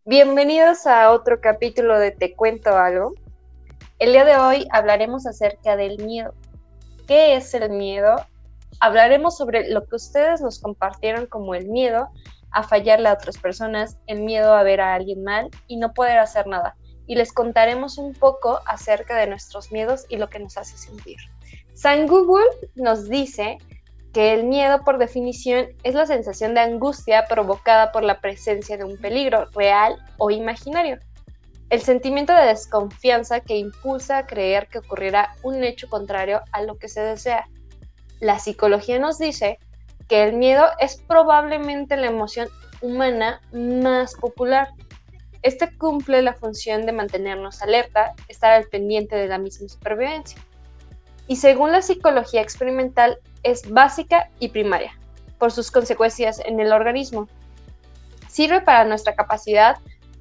Bienvenidos a otro capítulo de Te Cuento Algo. El día de hoy hablaremos acerca del miedo. ¿Qué es el miedo? Hablaremos sobre lo que ustedes nos compartieron como el miedo a fallarle a otras personas, el miedo a ver a alguien mal y no poder hacer nada. Y les contaremos un poco acerca de nuestros miedos y lo que nos hace sentir. San Google nos dice que el miedo, por definición, es la sensación de angustia provocada por la presencia de un peligro real o imaginario. El sentimiento de desconfianza que impulsa a creer que ocurrirá un hecho contrario a lo que se desea. La psicología nos dice que el miedo es probablemente la emoción humana más popular. Este cumple la función de mantenernos alerta, estar al pendiente de la misma supervivencia. Y según la psicología experimental, es básica y primaria, por sus consecuencias en el organismo. Sirve para ver nuestra capacidad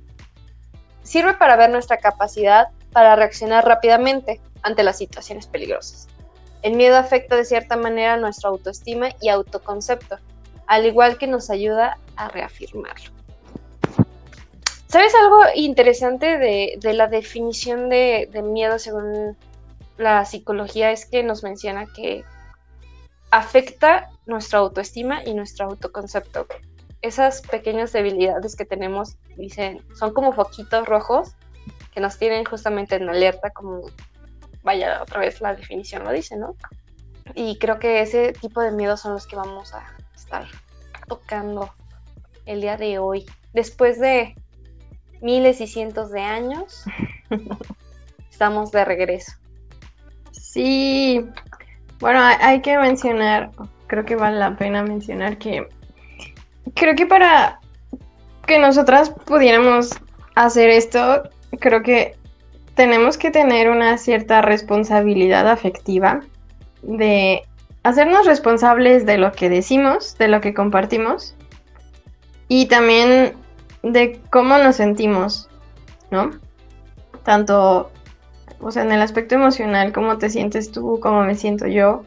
para reaccionar rápidamente ante las situaciones peligrosas. El miedo afecta de cierta manera nuestra autoestima y autoconcepto, al igual que nos ayuda a reafirmarlo. ¿Sabes algo interesante de la definición de miedo según la psicología? Es que nos menciona que afecta nuestra autoestima y nuestro autoconcepto. Esas pequeñas debilidades que tenemos, dicen, son como foquitos rojos que nos tienen justamente en alerta, como, vaya, otra vez la definición lo dice, ¿no? Y creo que ese tipo de miedos son los que vamos a estar tocando el día de hoy. Después de miles y cientos de años, estamos de regreso. Sí, bueno, hay que mencionar, creo que vale la pena mencionar que creo que para que nosotras pudiéramos hacer esto, creo que tenemos que tener una cierta responsabilidad afectiva de hacernos responsables de lo que decimos, de lo que compartimos y también de cómo nos sentimos, ¿no? Tanto, o sea, en el aspecto emocional, cómo te sientes tú, cómo me siento yo.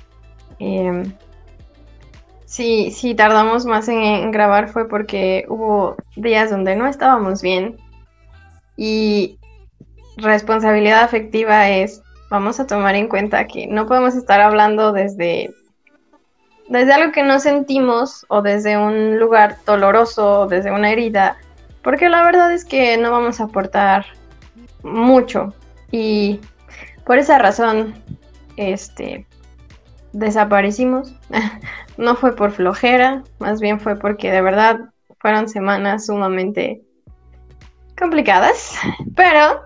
Sí, tardamos más en grabar fue porque hubo días donde no estábamos bien. Y responsabilidad afectiva es, vamos a tomar en cuenta que no podemos estar hablando desde algo que no sentimos o desde un lugar doloroso o desde una herida, porque la verdad es que no vamos a aportar mucho. Y por esa razón, desaparecimos. No fue por flojera, más bien fue porque de verdad fueron semanas sumamente complicadas, pero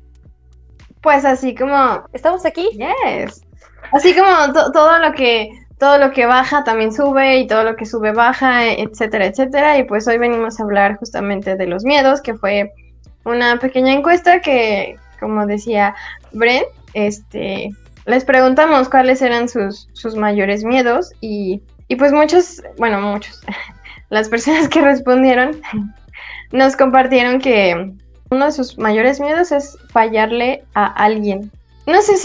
pues así como ¿Estamos aquí? yes, así como todo lo que baja también sube y todo lo que sube baja, etcétera, etcétera. Y pues hoy venimos a hablar justamente de los miedos, que fue una pequeña encuesta que, como decía Bren, les preguntamos cuáles eran sus mayores miedos y pues muchos, las personas que respondieron nos compartieron que uno de sus mayores miedos es fallarle a alguien. No sé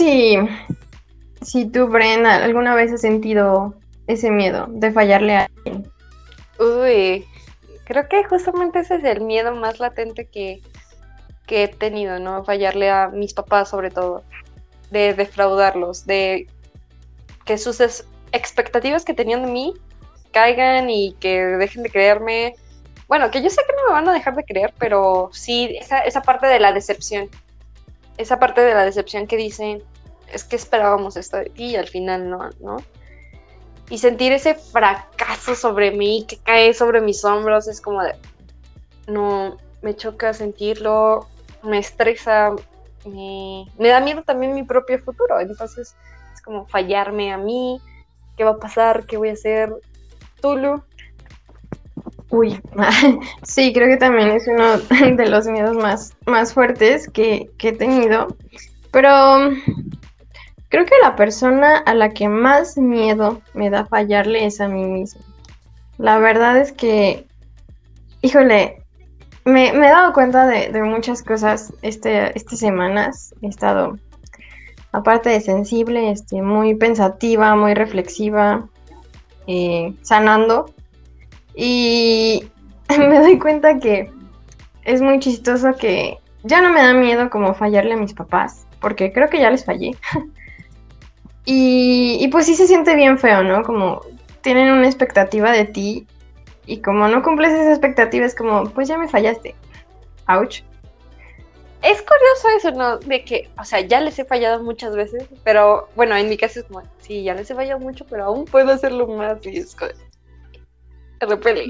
si tú, Bren, alguna vez has sentido ese miedo de fallarle a alguien. Uy, creo que justamente ese es el miedo más latente que he tenido, ¿no? Fallarle a mis papás, sobre todo, de defraudarlos, de que sus expectativas que tenían de mí caigan y que dejen de creerme. Bueno, que yo sé que no me van a dejar de creer, pero sí, esa parte de la decepción. Esa parte de la decepción que dicen, es que esperábamos esto de ti y al final no. Y sentir ese fracaso sobre mí, que cae sobre mis hombros, es como de, no, me choca sentirlo, me estresa, me da miedo también mi propio futuro. Entonces es como fallarme a mí, ¿qué va a pasar? ¿Qué voy a hacer? Tulu. Uy, sí, creo que también es uno de los miedos más fuertes que he tenido, pero creo que la persona a la que más miedo me da fallarle es a mí misma. La verdad es que, híjole, me he dado cuenta de muchas cosas estas semanas. He estado, aparte de sensible, muy pensativa, muy reflexiva, sanando. Y me doy cuenta que es muy chistoso que ya no me da miedo como fallarle a mis papás, porque creo que ya les fallé. Y pues sí se siente bien feo, ¿no? Como tienen una expectativa de ti y como no cumples esa expectativa es como, pues ya me fallaste. Ouch. Es curioso eso, ¿no? De que, o sea, ya les he fallado muchas veces, pero bueno, en mi caso es como, sí, ya les he fallado mucho, pero aún puedo hacerlo más y es como, repele.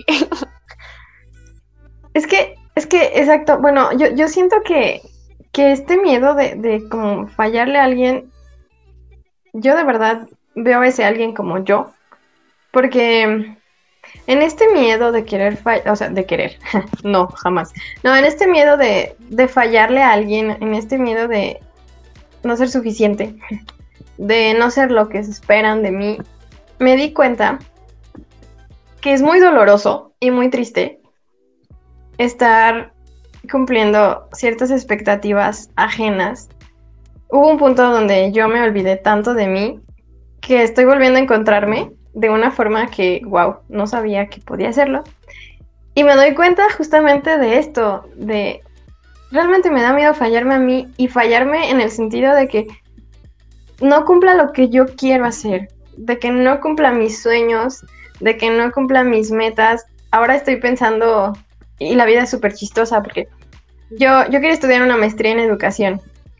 Es que, exacto, bueno, yo siento que este miedo de como fallarle a alguien, yo de verdad veo a ese alguien como yo, porque en este miedo de querer fallar, o sea, de querer, no, jamás, no, en este miedo de fallarle a alguien, en este miedo de no ser suficiente, de no ser lo que se esperan de mí, me di cuenta que es muy doloroso y muy triste estar cumpliendo ciertas expectativas ajenas. Hubo un punto donde yo me olvidé tanto de mí que estoy volviendo a encontrarme de una forma que, wow, no sabía que podía hacerlo. Y me doy cuenta justamente de esto, de realmente me da miedo fallarme a mí y fallarme en el sentido de que no cumpla lo que yo quiero hacer, de que no cumpla mis sueños, de que no cumpla mis metas. Ahora estoy pensando, y la vida es súper chistosa porque yo quería estudiar una maestría en educación.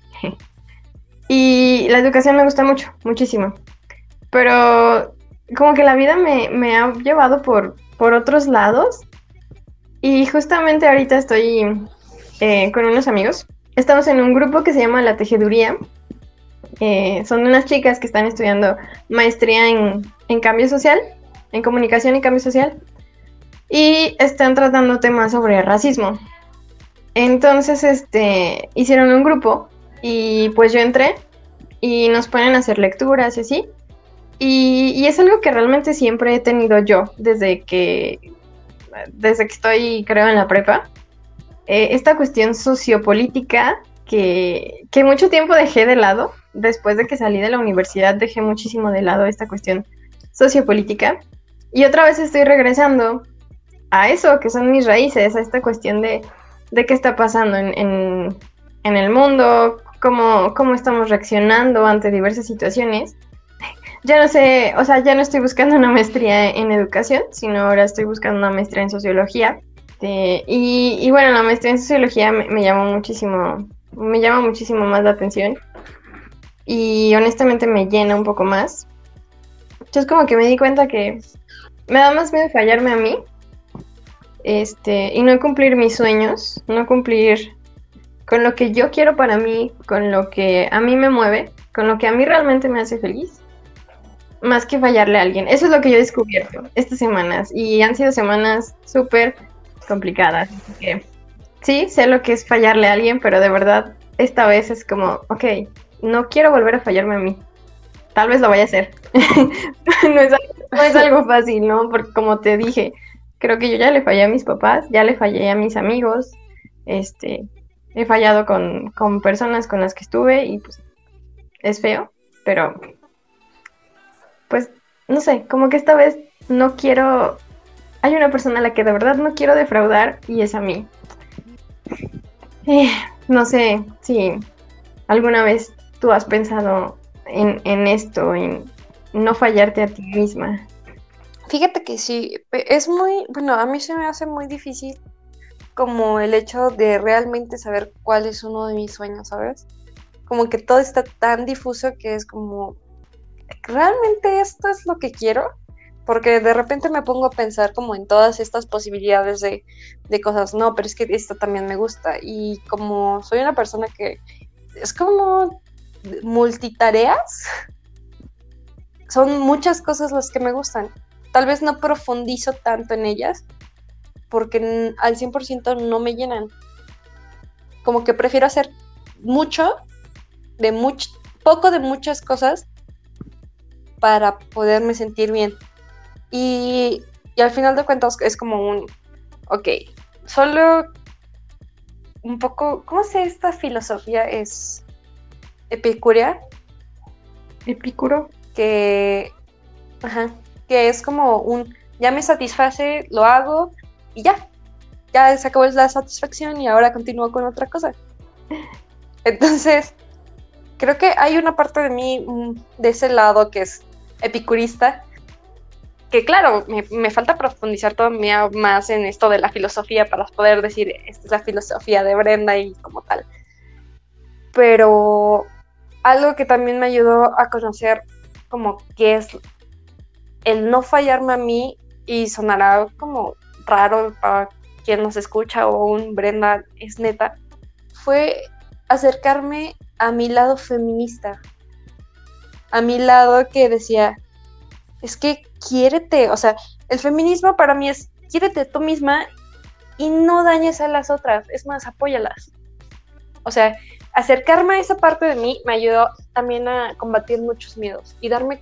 Y la educación me gusta mucho, muchísimo. Pero como que la vida me ha llevado por otros lados. Y justamente ahorita estoy con unos amigos. Estamos en un grupo que se llama La Tejeduría. Son unas chicas que están estudiando maestría en cambio social, en comunicación y cambio social. Y están tratando temas sobre racismo. Entonces, hicieron un grupo y pues yo entré y nos ponen a hacer lecturas y así. Y es algo que realmente siempre he tenido yo desde que estoy, creo, en la prepa. Esta cuestión sociopolítica que mucho tiempo dejé de lado. Después de que salí de la universidad dejé muchísimo de lado esta cuestión sociopolítica. Y otra vez estoy regresando a eso, que son mis raíces, a esta cuestión de qué está pasando en el mundo, cómo estamos reaccionando ante diversas situaciones. Ya no sé, o sea, ya no estoy buscando una maestría en educación, sino ahora estoy buscando una maestría en sociología. Y bueno, la maestría en sociología me llama muchísimo más la atención. Y honestamente me llena un poco más. Entonces como que me di cuenta que me da más miedo fallarme a mí. Y no cumplir mis sueños, no cumplir con lo que yo quiero para mí, con lo que a mí me mueve, con lo que a mí realmente me hace feliz, más que fallarle a alguien. Eso es lo que yo he descubierto estas semanas y han sido semanas súper complicadas. Así que sí, sé lo que es fallarle a alguien, pero de verdad esta vez es como, ok, no quiero volver a fallarme a mí. Tal vez lo vaya a hacer. No es algo fácil, ¿no? Porque como te dije, creo que yo ya le fallé a mis papás, ya le fallé a mis amigos, he fallado con personas con las que estuve y pues es feo, pero pues no sé, como que esta vez no quiero, hay una persona a la que de verdad no quiero defraudar y es a mí. No sé si alguna vez tú has pensado en esto, en no fallarte a ti misma. Fíjate que sí, es muy, bueno, a mí se me hace muy difícil como el hecho de realmente saber cuál es uno de mis sueños, ¿sabes? Como que todo está tan difuso que es como, ¿realmente esto es lo que quiero? Porque de repente me pongo a pensar como en todas estas posibilidades de cosas, no, pero es que esto también me gusta. Y como soy una persona que es como multitareas, son muchas cosas las que me gustan. Tal vez no profundizo tanto en ellas porque al 100% no me llenan. Como que prefiero hacer poco de muchas cosas para poderme sentir bien. Y al final de cuentas es como ok, solo un poco, ¿cómo se esta filosofía? Es epicúrea. Epicuro. Que es como ya me satisface, lo hago y ya ya se acabó la satisfacción y ahora continúo con otra cosa. Entonces, creo que hay una parte de mí de ese lado que es epicurista, que claro, me falta profundizar todavía más en esto de la filosofía para poder decir, esta es la filosofía de Brenda y como tal. Pero algo que también me ayudó a conocer como qué es el no fallarme a mí, y sonará como raro para quien nos escucha o un Brenda es neta, fue acercarme a mi lado feminista, a mi lado que decía, es que quiérete, o sea, el feminismo para mí es quiérete tú misma y no dañes a las otras, es más, apóyalas. O sea, acercarme a esa parte de mí me ayudó también a combatir muchos miedos y darme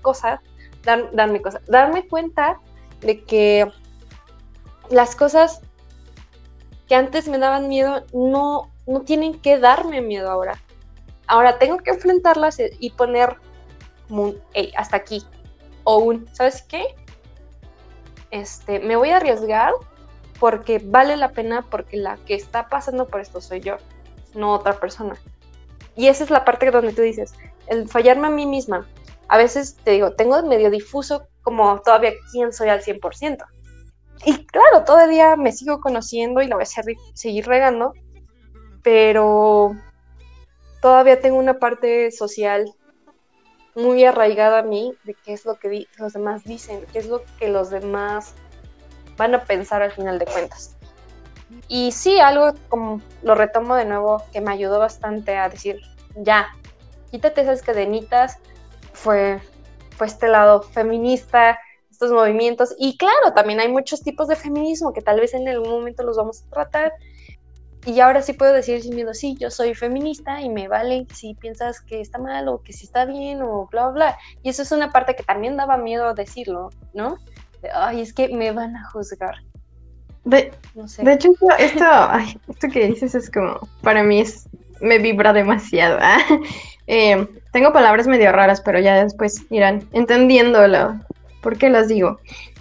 cuenta de que las cosas que antes me daban miedo no tienen que darme miedo ahora. Ahora tengo que enfrentarlas y poner como un, hey, hasta aquí. O un, ¿sabes qué? Me voy a arriesgar porque vale la pena, porque la que está pasando por esto soy yo, no otra persona. Y esa es la parte donde tú dices, el fallarme a mí misma. A veces te digo, tengo medio difuso como todavía quién soy al 100%. Y claro, todavía me sigo conociendo y la voy a seguir regando, pero todavía tengo una parte social muy arraigada a mí de qué es lo que los demás dicen, qué es lo que los demás van a pensar al final de cuentas. Y sí, algo como lo retomo de nuevo que me ayudó bastante a decir, ya, quítate esas cadenitas, fue este lado feminista, estos movimientos, y claro, también hay muchos tipos de feminismo que tal vez en algún momento los vamos a tratar, y ahora sí puedo decir sin miedo, sí, yo soy feminista y me vale si piensas que está mal o que sí está bien o bla, bla, y eso es una parte que también daba miedo decirlo, ¿no? Ay, es que me van a juzgar. No sé. De hecho, esto que dices es como, para mí me vibra demasiado. Tengo palabras medio raras, pero ya después irán entendiéndolo. ¿Por qué las digo?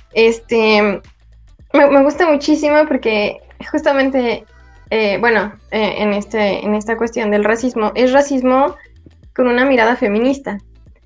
Me gusta muchísimo porque justamente, en esta cuestión del racismo, es racismo con una mirada feminista.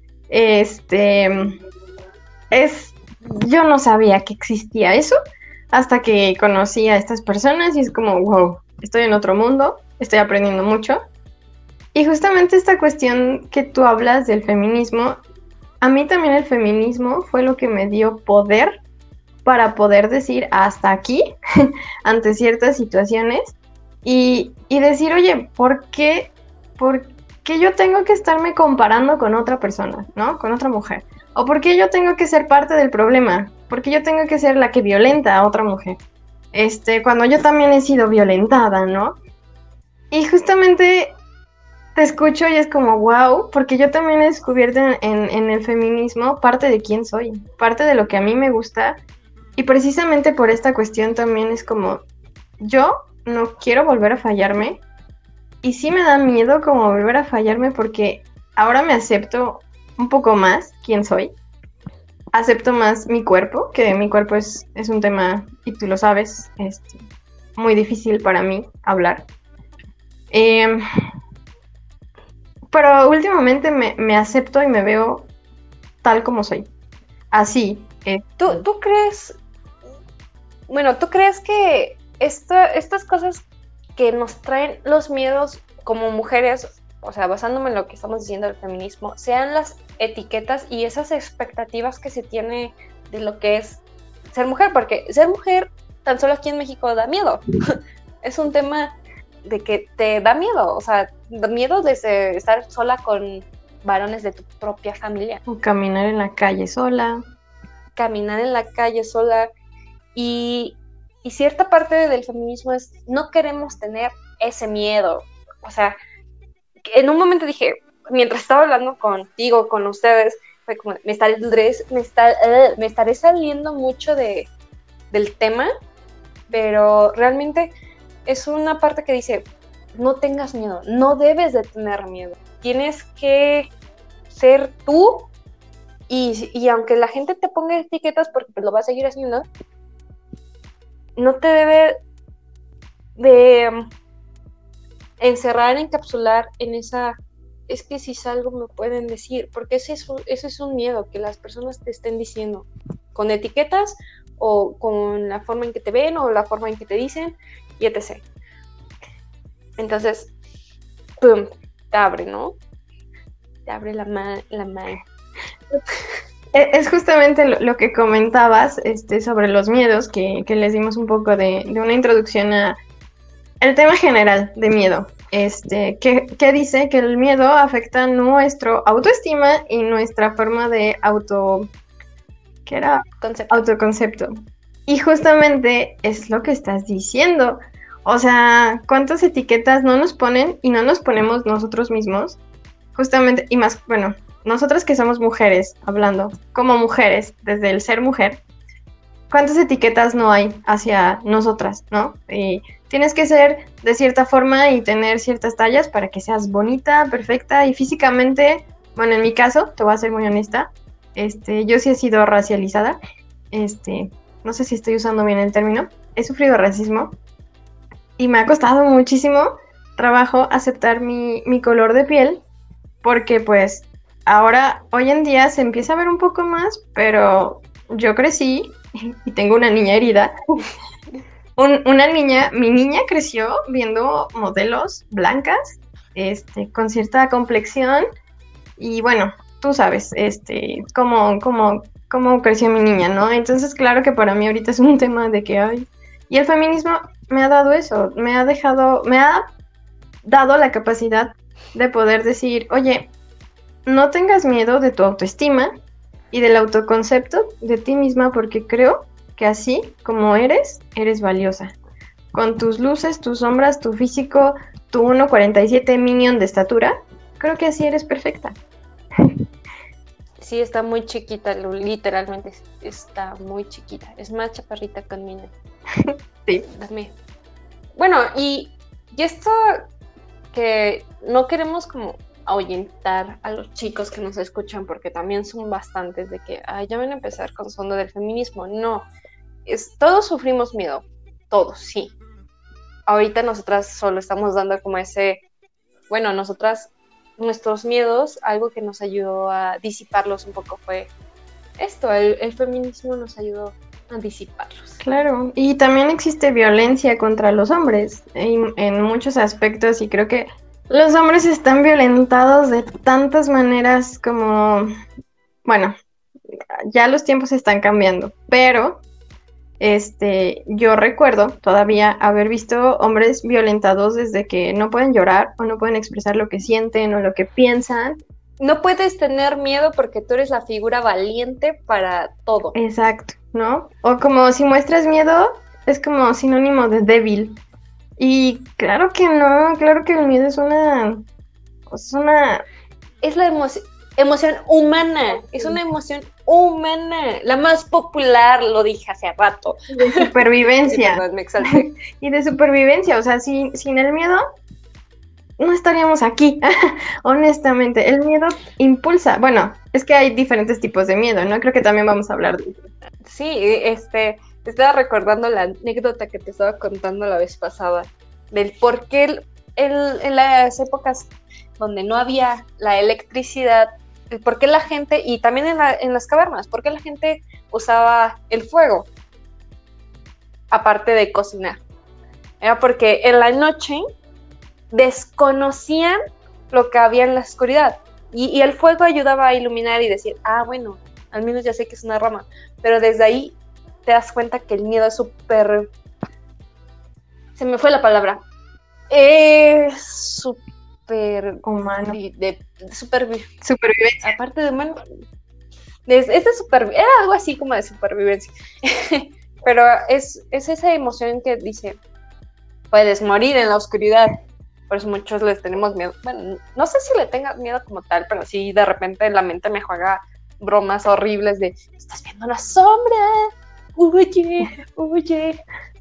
Yo no sabía que existía eso hasta que conocí a estas personas y es como, wow, estoy en otro mundo, estoy aprendiendo mucho. Y justamente esta cuestión que tú hablas del feminismo, a mí también el feminismo fue lo que me dio poder para poder decir hasta aquí ante ciertas situaciones y decir, oye, ¿por qué yo tengo que estarme comparando con otra persona, ¿no? Con otra mujer. ¿O por qué yo tengo que ser parte del problema? ¿Por qué yo tengo que ser la que violenta a otra mujer? Cuando yo también he sido violentada, ¿no? Y justamente te escucho y es como, wow, porque yo también he descubierto en el feminismo parte de quién soy, parte de lo que a mí me gusta. Y precisamente por esta cuestión también es como, yo no quiero volver a fallarme. Y sí me da miedo como volver a fallarme porque ahora me acepto un poco más quién soy. Acepto más mi cuerpo, que mi cuerpo es un tema, y tú lo sabes, muy difícil para mí hablar. Pero últimamente me acepto y me veo tal como soy. Así. ¿Tú crees? Bueno, ¿tú crees que estas cosas que nos traen los miedos como mujeres, o sea, basándome en lo que estamos diciendo del feminismo, sean las etiquetas y esas expectativas que se tiene de lo que es ser mujer? Porque ser mujer, tan solo aquí en México, da miedo. Es un tema de que te da miedo, o sea, da miedo desde estar sola con varones de tu propia familia. O caminar en la calle sola. Y cierta parte del feminismo es, no queremos tener ese miedo. O sea, en un momento dije, mientras estaba hablando contigo, con ustedes, fue como, me estaré saliendo mucho del tema, pero realmente es una parte que dice, no tengas miedo, no debes de tener miedo. Tienes que ser tú y aunque la gente te ponga etiquetas porque pues lo va a seguir haciendo, no te debe de encerrar, encapsular en esa, es que si salgo me pueden decir, porque ese es un miedo, que las personas te estén diciendo con etiquetas o con la forma en que te ven o la forma en que te dicen y etc. Entonces, ¡pum!, te abre, ¿no? Te abre la mano. Es justamente lo que comentabas sobre los miedos, que les dimos un poco de una introducción a el tema general de miedo. Que dice que el miedo afecta nuestra autoestima y nuestra forma de autoconcepto. Y justamente es lo que estás diciendo. O sea, ¿cuántas etiquetas no nos ponen y no nos ponemos nosotros mismos? Justamente, y más, bueno, nosotras que somos mujeres, hablando como mujeres, desde el ser mujer, ¿cuántas etiquetas no hay hacia nosotras, no? Tienes que ser de cierta forma y tener ciertas tallas para que seas bonita, perfecta y físicamente, bueno, en mi caso, te voy a ser muy honesta, yo sí he sido racializada, no sé si estoy usando bien el término, he sufrido racismo y me ha costado muchísimo trabajo aceptar mi color de piel, porque pues ahora, hoy en día se empieza a ver un poco más, pero yo crecí y tengo una niña herida. Mi niña creció viendo modelos blancas, con cierta complexión, y bueno, tú sabes, cómo creció mi niña, ¿no? Entonces, claro que para mí ahorita es un tema de que, ay, y el feminismo me ha dado eso, me ha dado la capacidad de poder decir, oye, no tengas miedo de tu autoestima y del autoconcepto de ti misma, porque creo que así como eres valiosa. Con tus luces, tus sombras, tu físico, tu 1.47 minion de estatura, creo que así eres perfecta. Sí, está muy chiquita, literalmente está muy chiquita. Es más chaparrita que Mina. Sí. Dame. Bueno, y esto que no queremos como ahuyentar a los chicos que nos escuchan, porque también son bastantes de que ya van a empezar con su onda del feminismo. No, todos sufrimos miedo, todos, sí. Ahorita nosotras solo estamos dando como nuestros miedos, algo que nos ayudó a disiparlos un poco fue esto, el feminismo nos ayudó a disiparlos. Claro, y también existe violencia contra los hombres en muchos aspectos, y creo que los hombres están violentados de tantas maneras como, bueno, ya los tiempos están cambiando, pero yo recuerdo todavía haber visto hombres violentados desde que no pueden llorar o no pueden expresar lo que sienten o lo que piensan. No puedes tener miedo porque tú eres la figura valiente para todo. Exacto, ¿no? O como si muestras miedo, es como sinónimo de débil. Y claro que no, claro que el miedo es una... Es la emoción humana, es una emoción humana, la más popular, lo dije hace rato. De supervivencia. Sí, perdón, me exalté. Y de supervivencia, o sea, sin el miedo no estaríamos aquí, honestamente. El miedo impulsa, bueno, es que hay diferentes tipos de miedo, ¿no? Creo que también vamos a hablar de eso. Sí, estaba recordando la anécdota que te estaba contando la vez pasada, del por qué en las épocas donde no había la electricidad, por qué la gente, y también en las cavernas, por qué la gente usaba el fuego, aparte de cocinar. Era porque en la noche desconocían lo que había en la oscuridad, y el fuego ayudaba a iluminar y decir, bueno, al menos ya sé que es una rama, pero desde ahí te das cuenta que el miedo es súper... Se me fue la palabra. Es súper... humano. Supervivencia. Aparte de humano. Era algo así como de supervivencia. Pero es esa emoción que dice, puedes morir en la oscuridad. Por eso muchos les tenemos miedo. Bueno, no sé si le tengas miedo como tal, pero sí de repente la mente me juega bromas horribles de, estás viendo una sombra, huye.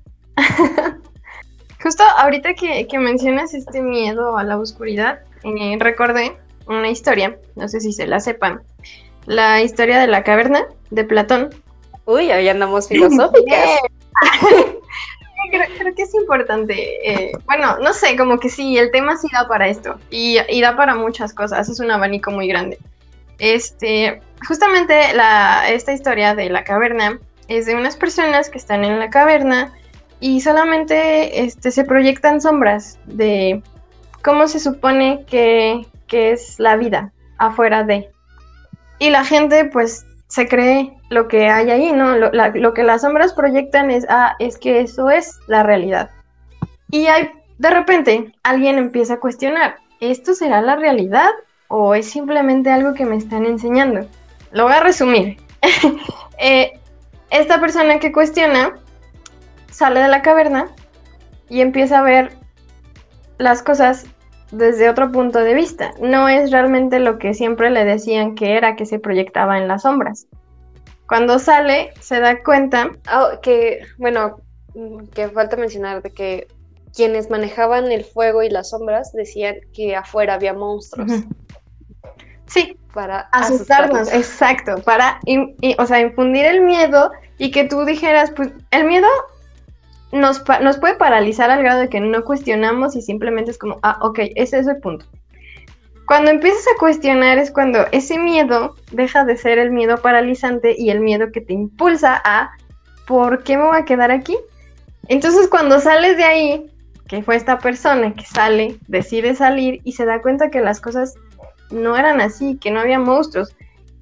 Justo ahorita que mencionas este miedo a la oscuridad, recordé una historia, no sé si se la sepan, la historia de la caverna de Platón. Uy, ahí andamos filosóficas. creo que es importante. Bueno, no sé, como que sí, el tema sí da para esto. Y da para muchas cosas. Es un abanico muy grande. Justamente esta historia de la caverna es de unas personas que están en la caverna y solamente se proyectan sombras de cómo se supone que es la vida afuera de. Y la gente pues se cree lo que hay ahí, ¿no? Lo que las sombras proyectan es que eso es la realidad. Y de repente alguien empieza a cuestionar, ¿esto será la realidad o es simplemente algo que me están enseñando? Lo voy a resumir. Esta persona que cuestiona sale de la caverna y empieza a ver las cosas desde otro punto de vista. No es realmente lo que siempre le decían que era, que se proyectaba en las sombras. Cuando sale, se da cuenta... que falta mencionar de que quienes manejaban el fuego y las sombras decían que afuera había monstruos. Uh-huh. Sí, para asustarnos, exacto, para infundir el miedo y que tú dijeras, pues el miedo nos puede paralizar al grado de que no cuestionamos y simplemente es como, ok, ese es el punto. Cuando empiezas a cuestionar es cuando ese miedo deja de ser el miedo paralizante y el miedo que te impulsa a, ¿por qué me voy a quedar aquí? Entonces cuando sales de ahí, que fue esta persona que sale, decide salir y se da cuenta que las cosas no eran así, que no había monstruos.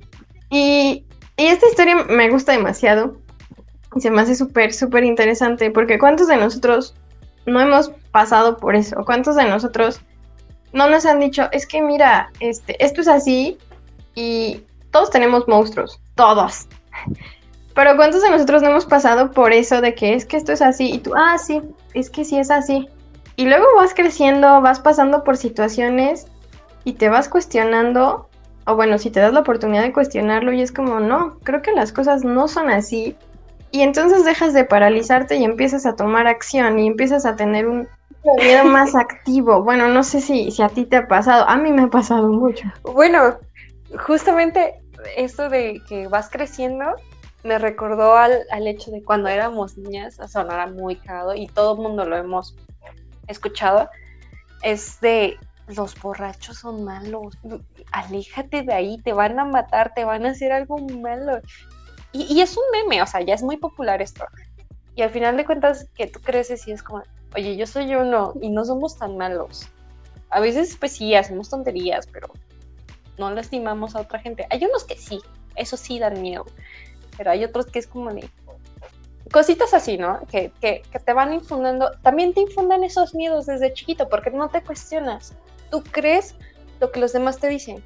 Y esta historia me gusta demasiado y se me hace súper interesante porque ¿cuántos de nosotros no hemos pasado por eso? ¿Cuántos de nosotros no nos han dicho, es que mira, esto es así y todos tenemos monstruos, todos? Pero ¿cuántos de nosotros no hemos pasado por eso de que es que esto es así y tú, sí, es que sí es así? Y luego vas creciendo, vas pasando por situaciones y te vas cuestionando, o bueno, si te das la oportunidad de cuestionarlo y es como, no, creo que las cosas no son así. Y entonces dejas de paralizarte y empiezas a tomar acción y empiezas a tener un miedo más activo. Bueno, no sé si a ti te ha pasado, a mí me ha pasado mucho. Bueno, justamente esto de que vas creciendo me recordó al hecho de cuando éramos niñas, sonará muy cagado y todo el mundo lo hemos escuchado, es de los borrachos son malos, aléjate de ahí, te van a matar, te van a hacer algo malo. Y es un meme, o sea, ya es muy popular esto. Y al final de cuentas que tú creces y es como, oye, yo soy uno y no somos tan malos. A veces pues sí, hacemos tonterías, pero no lastimamos a otra gente. Hay unos que sí, eso sí dan miedo, pero hay otros que es como de cositas así, ¿no? Que te van infundando, también te infunden esos miedos desde chiquito, porque no te cuestionas. Tú crees lo que los demás te dicen.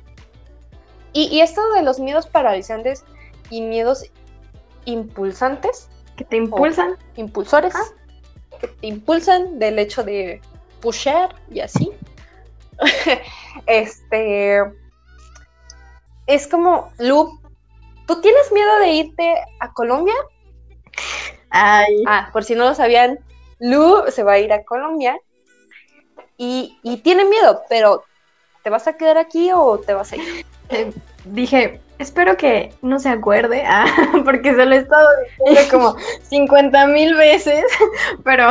Y esto de los miedos paralizantes y miedos impulsantes. ¿Que te impulsan? Impulsores. Que te impulsan del hecho de pushear y así. Es como, Lu, ¿tú tienes miedo de irte a Colombia? Ay. Por si no lo sabían, Lu se va a ir a Colombia y tiene miedo, pero ¿te vas a quedar aquí o te vas a ir? Dije, espero que no se acuerde, porque se lo he estado diciendo como 50,000 veces, pero,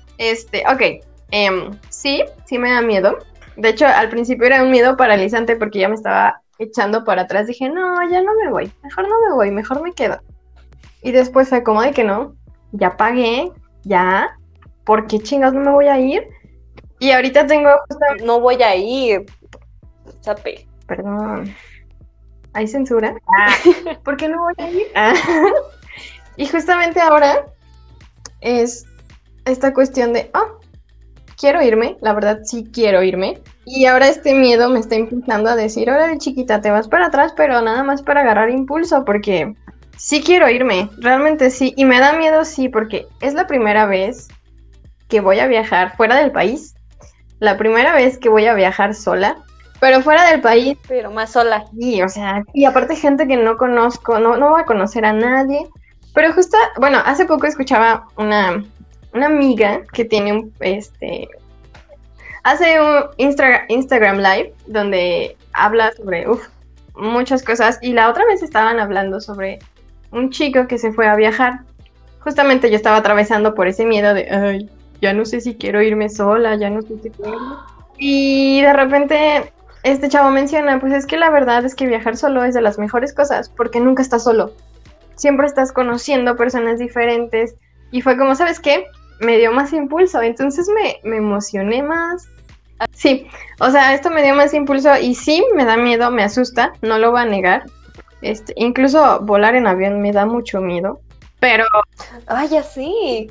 sí me da miedo. De hecho, al principio era un miedo paralizante porque ya me estaba echando para atrás. Dije, no, ya no me voy, mejor me quedo. Y después fue como de que no, ya pagué, ya, ¿por qué chingados no me voy a ir? Y ahorita tengo justamente... No voy a ir, sape. Perdón, ¿hay censura? ¿Por qué no voy a ir? Y justamente ahora es esta cuestión de, quiero irme, la verdad sí quiero irme. Y ahora este miedo me está impulsando a decir, órale chiquita, te vas para atrás, pero nada más para agarrar impulso, porque sí quiero irme, realmente sí. Y me da miedo, sí, porque es la primera vez que voy a viajar fuera del país. La primera vez que voy a viajar sola, pero fuera del país. Pero más sola. Sí, o sea, y aparte gente que no conozco, no voy a conocer a nadie. Pero justo, bueno, hace poco escuchaba una amiga que tiene hace un Instagram Live donde habla sobre muchas cosas. Y la otra vez estaban hablando sobre un chico que se fue a viajar. justamente yo estaba atravesando por ese miedo de, ay, ya no sé si quiero irme sola, ya no sé si quiero irme. Y de repente este chavo menciona, pues es que la verdad es que viajar solo es de las mejores cosas, porque nunca estás solo. Siempre estás conociendo personas diferentes. Y fue como, ¿sabes qué? Me dio más impulso, entonces me emocioné más. Sí, o sea, esto me dio más impulso y sí, me da miedo, me asusta, no lo voy a negar. Incluso volar en avión me da mucho miedo, pero... ¡Ay, ya sí!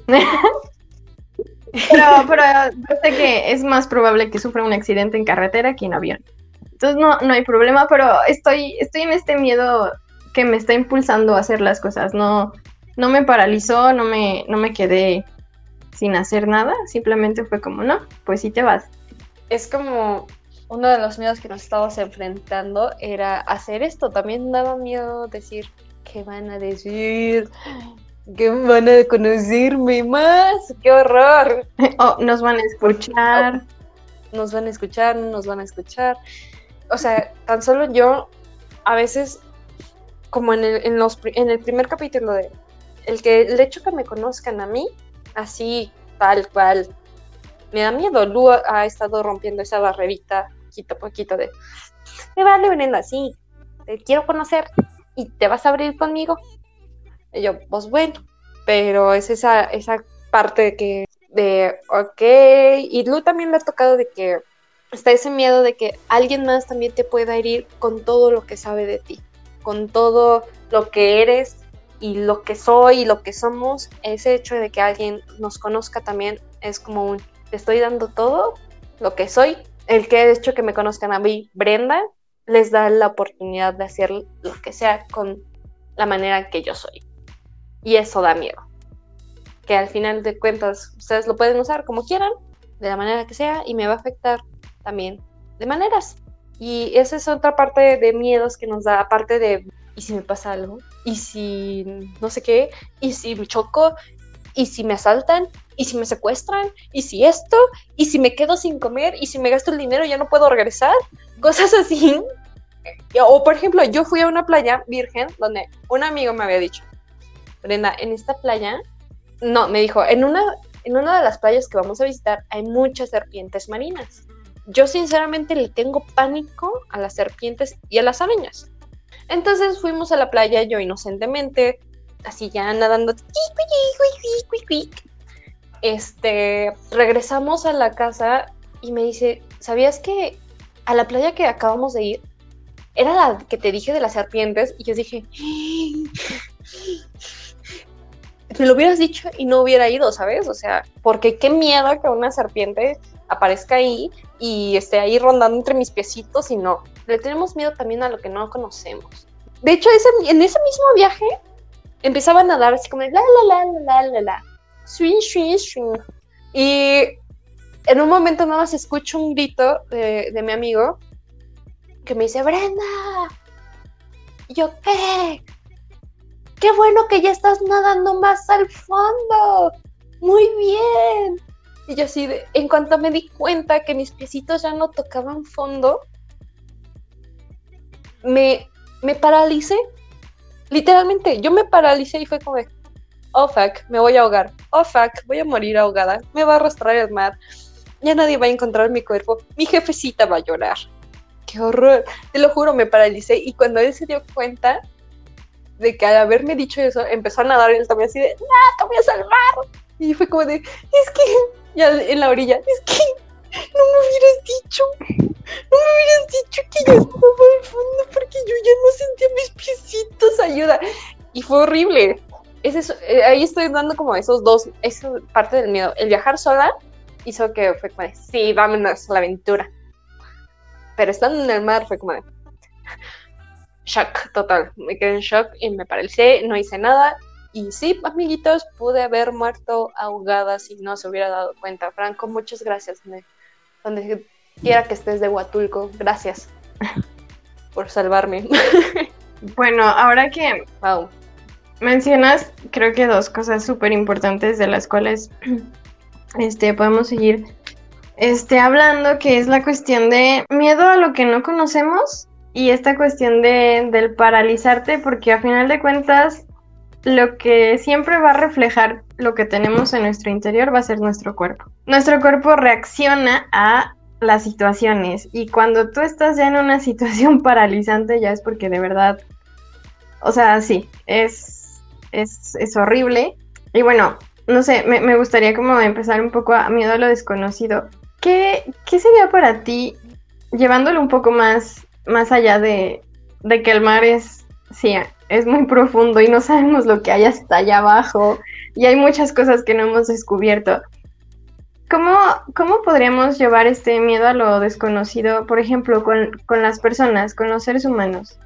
pero yo sé que es más probable que sufra un accidente en carretera que en avión. Entonces no hay problema, pero estoy en este miedo que me está impulsando a hacer las cosas. No me paralizó, no me quedé sin hacer nada, simplemente fue como, no, pues sí te vas. Es como uno de los miedos que nos estábamos enfrentando era hacer esto. También daba miedo decir, ¿qué van a decir? ¿Qué van a conocerme más? ¡Qué horror! Oh, nos van a escuchar. Nos van a escuchar, no nos van a escuchar. O sea, tan solo yo, a veces, como en el primer capítulo de el hecho que me conozcan a mí, así, tal cual, me da miedo. Lu ha estado rompiendo esa barrerita poquito a poquito de, me vale, Brenda, sí, te quiero conocer y te vas a abrir conmigo. Y yo, pues bueno, pero es esa parte ok, y Lu también le ha tocado de que está ese miedo de que alguien más también te pueda herir con todo lo que sabe de ti, con todo lo que eres y lo que soy y lo que somos. Ese hecho de que alguien nos conozca también es como te estoy dando todo lo que soy. El que hecho que me conozcan a mí, Brenda, les da la oportunidad de hacer lo que sea con la manera que yo soy. Y eso da miedo. Que al final de cuentas ustedes lo pueden usar como quieran, de la manera que sea, y me va a afectar también de maneras. Y esa es otra parte de miedos que nos da, aparte de, ¿y si me pasa algo? ¿Y si no sé qué? ¿Y si me choco? ¿Y si me asaltan? ¿Y si me secuestran? ¿Y si esto? ¿Y si me quedo sin comer? ¿Y si me gasto el dinero y ya no puedo regresar? Cosas así. O por ejemplo, yo fui a una playa virgen donde un amigo me había dicho, Brenda, en esta playa, no, me dijo, en una de las playas que vamos a visitar hay muchas serpientes marinas. Yo sinceramente le tengo pánico a las serpientes y a las arañas. Entonces fuimos a la playa, yo inocentemente, así ya nadando, regresamos a la casa y me dice, ¿sabías que a la playa que acabamos de ir era la que te dije de las serpientes? Y yo dije, me lo hubieras dicho y no hubiera ido, ¿sabes? O sea, porque qué miedo que una serpiente aparezca ahí y esté ahí rondando entre mis piecitos, y no. Le tenemos miedo también a lo que no conocemos. De hecho, en ese mismo viaje empezaba a nadar así como la, swing, swing, swing. Y en un momento nada más escucho un grito de mi amigo que me dice, Brenda. Y yo, ¿qué? ¡Qué bueno que ya estás nadando más al fondo! ¡Muy bien! Y yo así, en cuanto me di cuenta que mis piecitos ya no tocaban fondo, me paralicé. Literalmente, yo me paralicé y fue como de, oh fuck, me voy a ahogar. Oh fuck, voy a morir ahogada. Me va a arrastrar el mar. Ya nadie va a encontrar mi cuerpo. Mi jefecita va a llorar. ¡Qué horror! Te lo juro, me paralicé. Y cuando él se dio cuenta de que al haberme dicho eso, empezó a nadar y él también así de, ¡no, te voy a salvar! Y fue como de, es que, ya en la orilla, es que no me hubieras dicho que ya estaba al fondo porque yo ya no sentía mis piecitos, ayuda. Y fue horrible. Ahí estoy dando como esa parte del miedo. El viajar sola hizo que fue como de, sí, vámonos a la aventura. Pero estando en el mar fue como de, shock total, me quedé en shock y me paralicé, no hice nada. Y sí, amiguitos, pude haber muerto ahogada si no se hubiera dado cuenta. Franco, muchas gracias, donde quiera que estés de Huatulco, gracias por salvarme. Bueno, ahora que mencionas, creo que dos cosas súper importantes de las cuales podemos seguir hablando, que es la cuestión de miedo a lo que no conocemos. Y esta cuestión del paralizarte, porque a final de cuentas lo que siempre va a reflejar lo que tenemos en nuestro interior va a ser nuestro cuerpo. Nuestro cuerpo reacciona a las situaciones y cuando tú estás ya en una situación paralizante ya es porque de verdad, o sea, sí, es horrible. Y bueno, no sé, me gustaría como empezar un poco a miedo a lo desconocido. ¿Qué sería para ti, llevándolo un poco más allá de que el mar sí, es muy profundo y no sabemos lo que hay hasta allá abajo y hay muchas cosas que no hemos descubierto? ¿Cómo podríamos llevar este miedo a lo desconocido, por ejemplo, con las personas, con los seres humanos?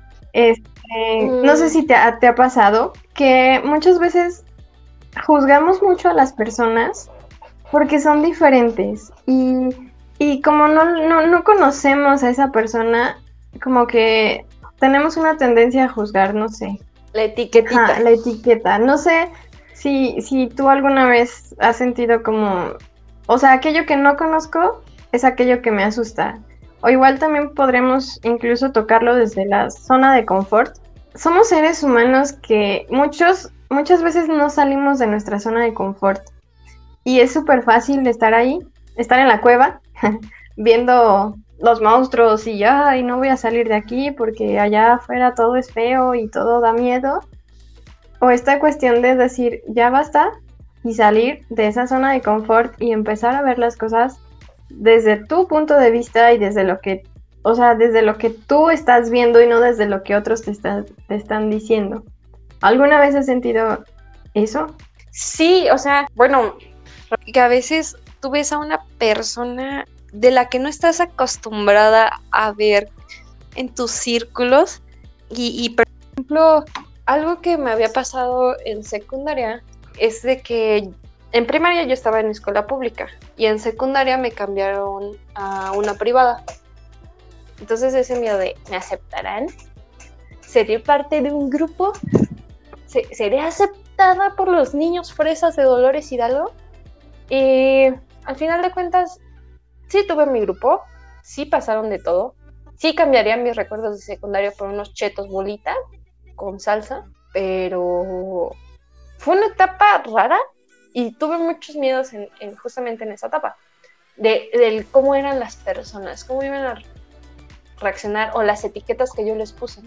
No sé si te ha pasado que muchas veces juzgamos mucho a las personas porque son diferentes y como no conocemos a esa persona, como que tenemos una tendencia a juzgar, no sé. La etiquetita. La etiqueta. No sé si tú alguna vez has sentido como, o sea, aquello que no conozco es aquello que me asusta. O igual también podremos incluso tocarlo desde la zona de confort. Somos seres humanos que muchas veces no salimos de nuestra zona de confort. Y es súper fácil estar ahí, estar en la cueva, viendo los monstruos y ay, no voy a salir de aquí porque allá afuera todo es feo y todo da miedo. O esta cuestión de decir, ya basta, y salir de esa zona de confort y empezar a ver las cosas desde tu punto de vista y desde lo que, o sea, desde lo que tú estás viendo y no desde lo que otros te están diciendo. ¿Alguna vez has sentido eso? Sí, o sea, bueno, que a veces tú ves a una persona de la que no estás acostumbrada a ver en tus círculos y por ejemplo, algo que me había pasado en secundaria es de que en primaria yo estaba en escuela pública y en secundaria me cambiaron a una privada. Entonces ese miedo de, ¿me aceptarán? ¿Seré parte de un grupo? ¿Seré aceptada por los niños fresas de Dolores Hidalgo? Y al final de cuentas, sí tuve mi grupo, sí pasaron de todo, sí cambiaría mis recuerdos de secundaria por unos chetos bolita con salsa, pero fue una etapa rara y tuve muchos miedos justamente en esa etapa, de cómo eran las personas, cómo iban a reaccionar o las etiquetas que yo les puse.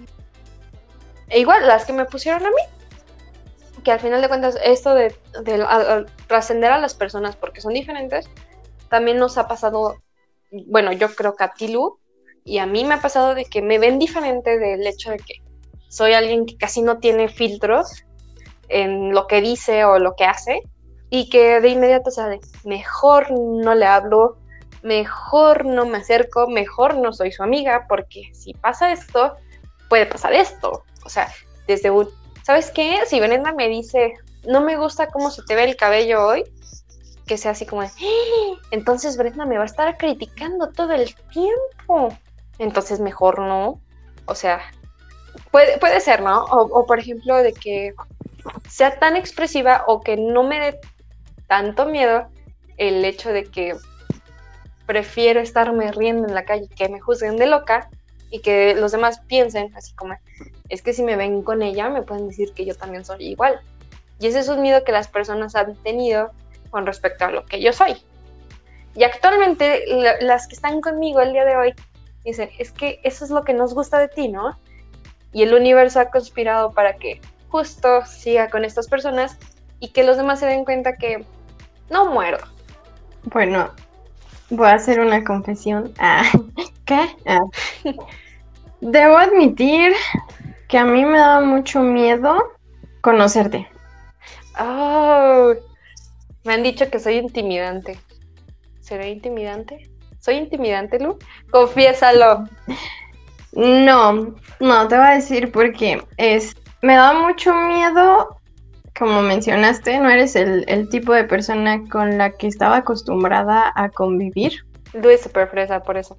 E igual las que me pusieron a mí, que al final de cuentas esto de trascender a las personas porque son diferentes, también nos ha pasado, bueno, yo creo que a ti, Lu, y a mí me ha pasado de que me ven diferente del hecho de que soy alguien que casi no tiene filtros en lo que dice o lo que hace, y que de inmediato, o sea, mejor no le hablo, mejor no me acerco, mejor no soy su amiga, porque si pasa esto, puede pasar esto. O sea, desde un, ¿sabes qué? Si Brenda me dice, no me gusta cómo se te ve el cabello hoy, que sea así como de, entonces Brenda me va a estar criticando todo el tiempo. Entonces mejor no. O sea, puede ser, ¿no? O por ejemplo, de que sea tan expresiva o que no me dé tanto miedo el hecho de que prefiero estarme riendo en la calle, que me juzguen de loca y que los demás piensen así como, es que si me ven con ella me pueden decir que yo también soy igual. Y ese es un miedo que las personas han tenido con respecto a lo que yo soy. Y actualmente las que están conmigo el día de hoy dicen, es que eso es lo que nos gusta de ti, ¿no? Y el universo ha conspirado para que justo siga con estas personas y que los demás se den cuenta que no muero. Bueno, voy a hacer una confesión. ¿Qué? Debo admitir que a mí me daba mucho miedo conocerte. Oh, me han dicho que soy intimidante. ¿Seré intimidante? ¿Soy intimidante, Lu? Confiésalo. No, te voy a decir porque me da mucho miedo, como mencionaste, no eres el tipo de persona con la que estaba acostumbrada a convivir. Lu es súper fresa, por eso.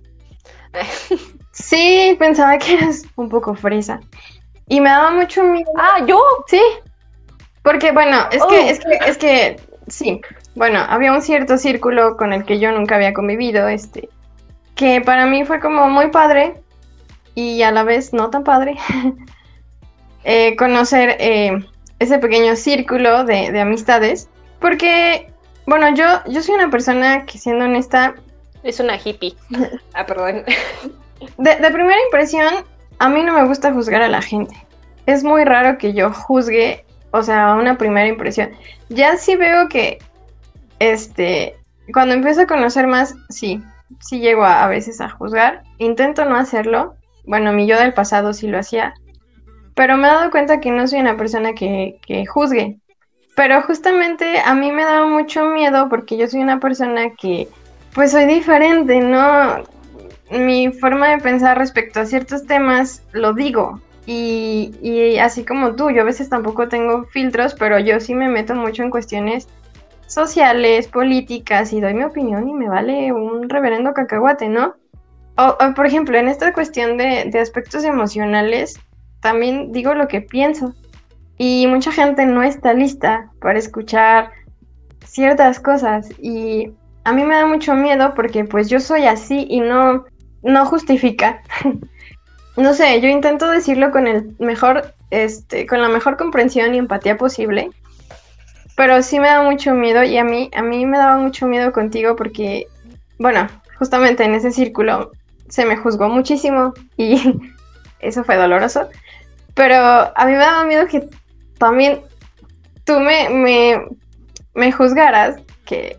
Sí, pensaba que eras un poco fresa. Y me daba mucho miedo. ¿Yo? Sí, porque bueno, es que, sí. Bueno, había un cierto círculo con el que yo nunca había convivido, que para mí fue como muy padre y a la vez no tan padre conocer ese pequeño círculo de amistades, porque, bueno, yo soy una persona que, siendo honesta... Es una hippie. Perdón. De primera impresión, a mí no me gusta juzgar a la gente. Es muy raro que yo juzgue, o sea, a una primera impresión. Ya sí veo que, cuando empiezo a conocer más, sí llego a veces a juzgar. Intento no hacerlo. Bueno, mi yo del pasado sí lo hacía. Pero me he dado cuenta que no soy una persona que juzgue. Pero justamente a mí me da mucho miedo porque yo soy una persona que, pues, soy diferente, ¿no? Mi forma de pensar respecto a ciertos temas lo digo. Y así como tú, yo a veces tampoco tengo filtros, pero yo sí me meto mucho en cuestiones sociales, políticas, y doy mi opinión y me vale un reverendo cacahuate, ¿no? O por ejemplo, en esta cuestión de aspectos emocionales, también digo lo que pienso. Y mucha gente no está lista para escuchar ciertas cosas. Y a mí me da mucho miedo porque pues yo soy así y no justifica. No sé, yo intento decirlo con el mejor, con la mejor comprensión y empatía posible. Pero sí me da mucho miedo, y a mí me daba mucho miedo contigo porque, bueno, justamente en ese círculo se me juzgó muchísimo y eso fue doloroso. Pero a mí me daba miedo que también tú me juzgaras, que,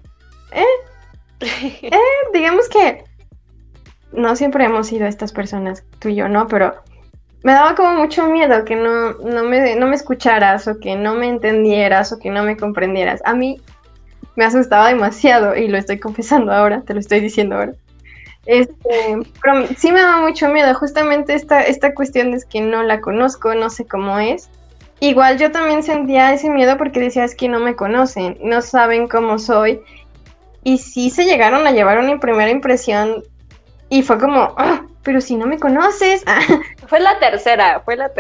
digamos que no siempre hemos sido estas personas, tú y yo, ¿no? Pero me daba como mucho miedo que no me escucharas, o que no me entendieras, o que no me comprendieras. A mí me asustaba demasiado, y lo estoy confesando ahora, te lo estoy diciendo ahora. Pero sí me daba mucho miedo, justamente esta cuestión es que no la conozco, no sé cómo es. Igual yo también sentía ese miedo porque decía, es que no me conocen, no saben cómo soy. Y sí se llegaron a llevar una primera impresión y fue como, oh, pero si no me conoces. Fue la tercera.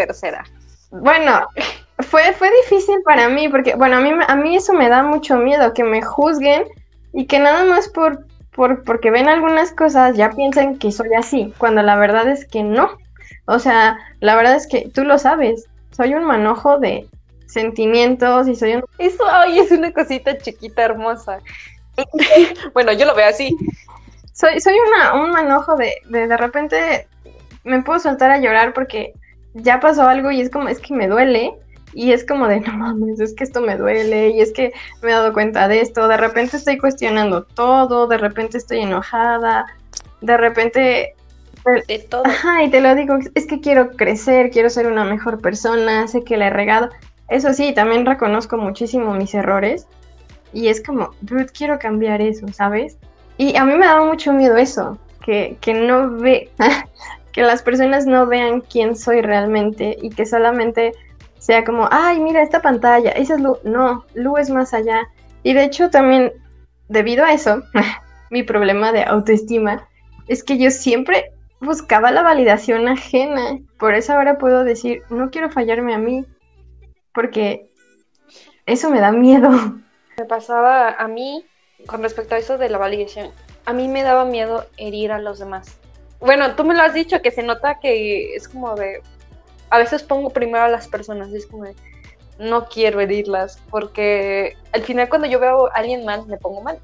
Bueno, fue difícil para mí porque, bueno, a mí eso me da mucho miedo, que me juzguen y que nada más porque ven algunas cosas ya piensen que soy así, cuando la verdad es que no. O sea, la verdad es que tú lo sabes, soy un manojo de sentimientos y soy un... Eso, ay, es una cosita chiquita, hermosa. Bueno, yo lo veo así. Soy un manojo de repente me puedo soltar a llorar porque ya pasó algo y es como, es que me duele. Y es como de, no mames, es que esto me duele, y es que me he dado cuenta de esto, de repente estoy cuestionando todo, de repente estoy enojada, de repente... De todo. Ajá, y te lo digo, es que quiero crecer, quiero ser una mejor persona, sé que la he regado. Eso sí, también reconozco muchísimo mis errores, y es como, dude, quiero cambiar eso, ¿sabes? Y a mí me daba mucho miedo eso, que no ve, que las personas no vean quién soy realmente, y que solamente... sea como, ay, mira esta pantalla, esa es Lu. No, Lu es más allá. Y de hecho también, debido a eso, mi problema de autoestima es que yo siempre buscaba la validación ajena. Por eso ahora puedo decir, no quiero fallarme a mí, porque eso me da miedo. Me pasaba a mí, con respecto a eso de la validación, a mí me daba miedo herir a los demás. Bueno, tú me lo has dicho, que se nota que es como de... A veces pongo primero a las personas, y es como de, no quiero herirlas, porque al final cuando yo veo a alguien mal, me pongo mal.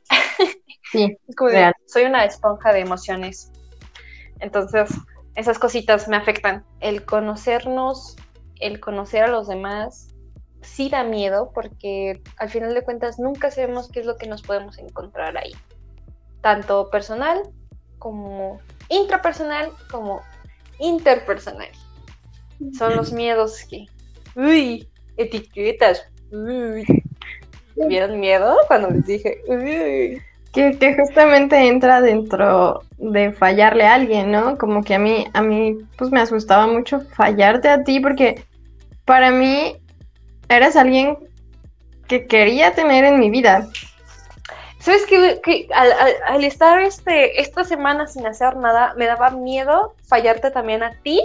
Sí, es como de, soy una esponja de emociones. Entonces, esas cositas me afectan. El conocernos, el conocer a los demás, sí da miedo, porque al final de cuentas nunca sabemos qué es lo que nos podemos encontrar ahí. Tanto personal, como intrapersonal, como interpersonal. Son los miedos que... ¡Uy! Etiquetas. ¡Uy! ¿Vieron miedo cuando les dije? ¡Uy! Que justamente entra dentro de fallarle a alguien, ¿no? Como que a mí pues me asustaba mucho fallarte a ti, porque para mí eras alguien que quería tener en mi vida. ¿Sabes que al estar esta semana sin hacer nada, me daba miedo fallarte también a ti?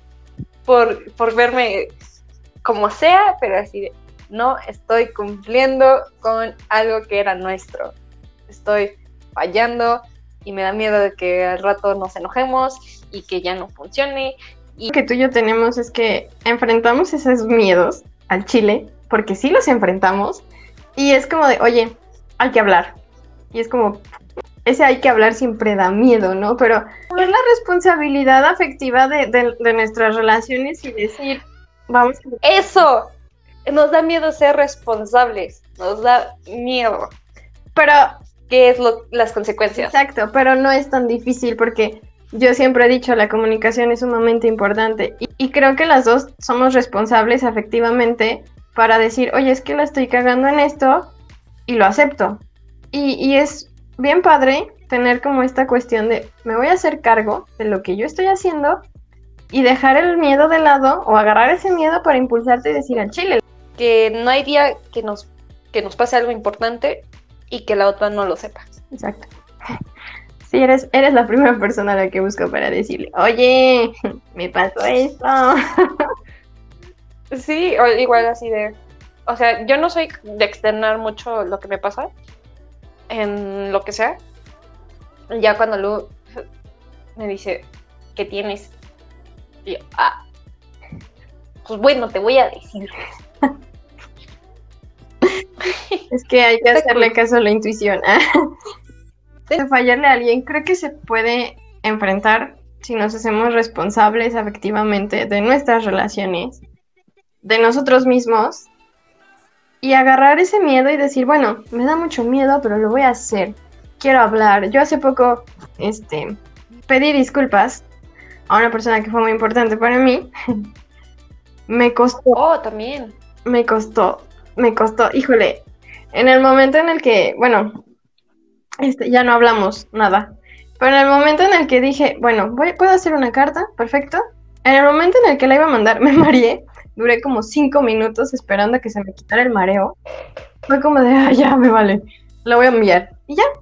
Por verme como sea, pero así de, no estoy cumpliendo con algo que era nuestro. Estoy fallando y me da miedo de que al rato nos enojemos y que ya no funcione. Lo que tú y yo tenemos es que enfrentamos esos miedos al chile, porque sí los enfrentamos, y es como de, oye, hay que hablar. Y es como, ese hay que hablar siempre da miedo, ¿no? Pero es la responsabilidad afectiva de nuestras relaciones y decir, vamos. Eso, nos da miedo ser responsables, nos da miedo. Pero, ¿qué es las consecuencias? Exacto, pero no es tan difícil porque yo siempre he dicho, la comunicación es sumamente importante y creo que las dos somos responsables afectivamente para decir, oye, es que la estoy cagando en esto y lo acepto. Y es bien padre tener como esta cuestión de, me voy a hacer cargo de lo que yo estoy haciendo y dejar el miedo de lado o agarrar ese miedo para impulsarte y decir al chile. Que no hay día que nos pase algo importante y que la otra no lo sepa. Exacto. Sí, eres la primera persona a la que busco para decirle, oye, me pasó esto. Sí, o igual así de, o sea, yo no soy de externar mucho lo que me pasa en lo que sea. Ya cuando Lu me dice, ¿qué tienes? Y yo, pues bueno, te voy a decir. Es que hay que hacerle caso a la intuición. De fallarle a alguien, creo que se puede enfrentar si nos hacemos responsables afectivamente de nuestras relaciones, de nosotros mismos, y agarrar ese miedo y decir, bueno, me da mucho miedo, pero lo voy a hacer. Quiero hablar. Yo hace poco pedí disculpas a una persona que fue muy importante para mí. Me costó. Oh, también. Me costó. Híjole, en el momento en el que, bueno, ya no hablamos nada, pero en el momento en el que dije, bueno, ¿puedo hacer una carta? Perfecto. En el momento en el que la iba a mandar, me mareé. Duré como 5 minutos esperando a que se me quitara el mareo. Fue como de, ya, me vale, la voy a enviar. Y ya.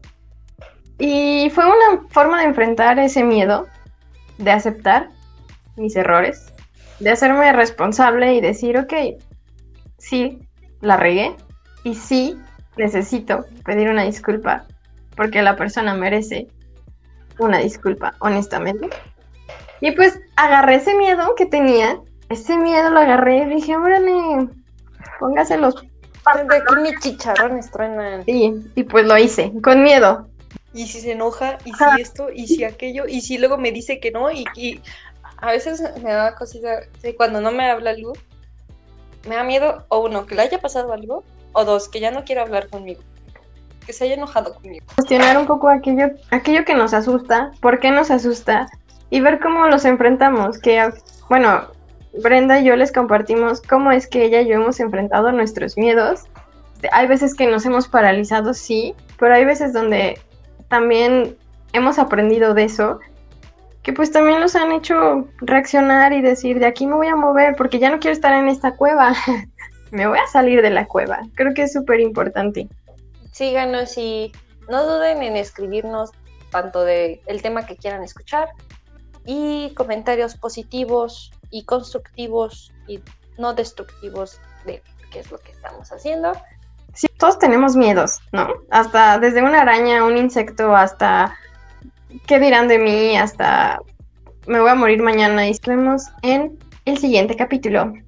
Y fue una forma de enfrentar ese miedo, de aceptar mis errores, de hacerme responsable y decir, ok, sí, la regué y sí, necesito pedir una disculpa porque la persona merece una disculpa, honestamente. Y pues agarré ese miedo que tenía, ese miedo lo agarré y dije, órale, póngase los... De aquí mis chicharrones truenan. Sí, y pues lo hice, con miedo. Y si se enoja, y si esto, y si aquello, y si luego me dice que no, y a veces me da cosita, sí, cuando no me habla algo, me da miedo, o uno, que le haya pasado algo, o dos, que ya no quiera hablar conmigo, que se haya enojado conmigo. Cuestionar un poco aquello que nos asusta, por qué nos asusta, y ver cómo los enfrentamos, que, bueno, Brenda y yo les compartimos cómo es que ella y yo hemos enfrentado nuestros miedos. Hay veces que nos hemos paralizado, sí, pero hay veces donde también hemos aprendido de eso, que pues también nos han hecho reaccionar y decir, de aquí me voy a mover porque ya no quiero estar en esta cueva, me voy a salir de la cueva. Creo que es súper importante. Síganos y no duden en escribirnos tanto del tema que quieran escuchar y comentarios positivos y constructivos y no destructivos de qué es lo que estamos haciendo. Sí, todos tenemos miedos, ¿no? Hasta desde una araña, un insecto, hasta qué dirán de mí, hasta me voy a morir mañana. Y nos vemos en el siguiente capítulo.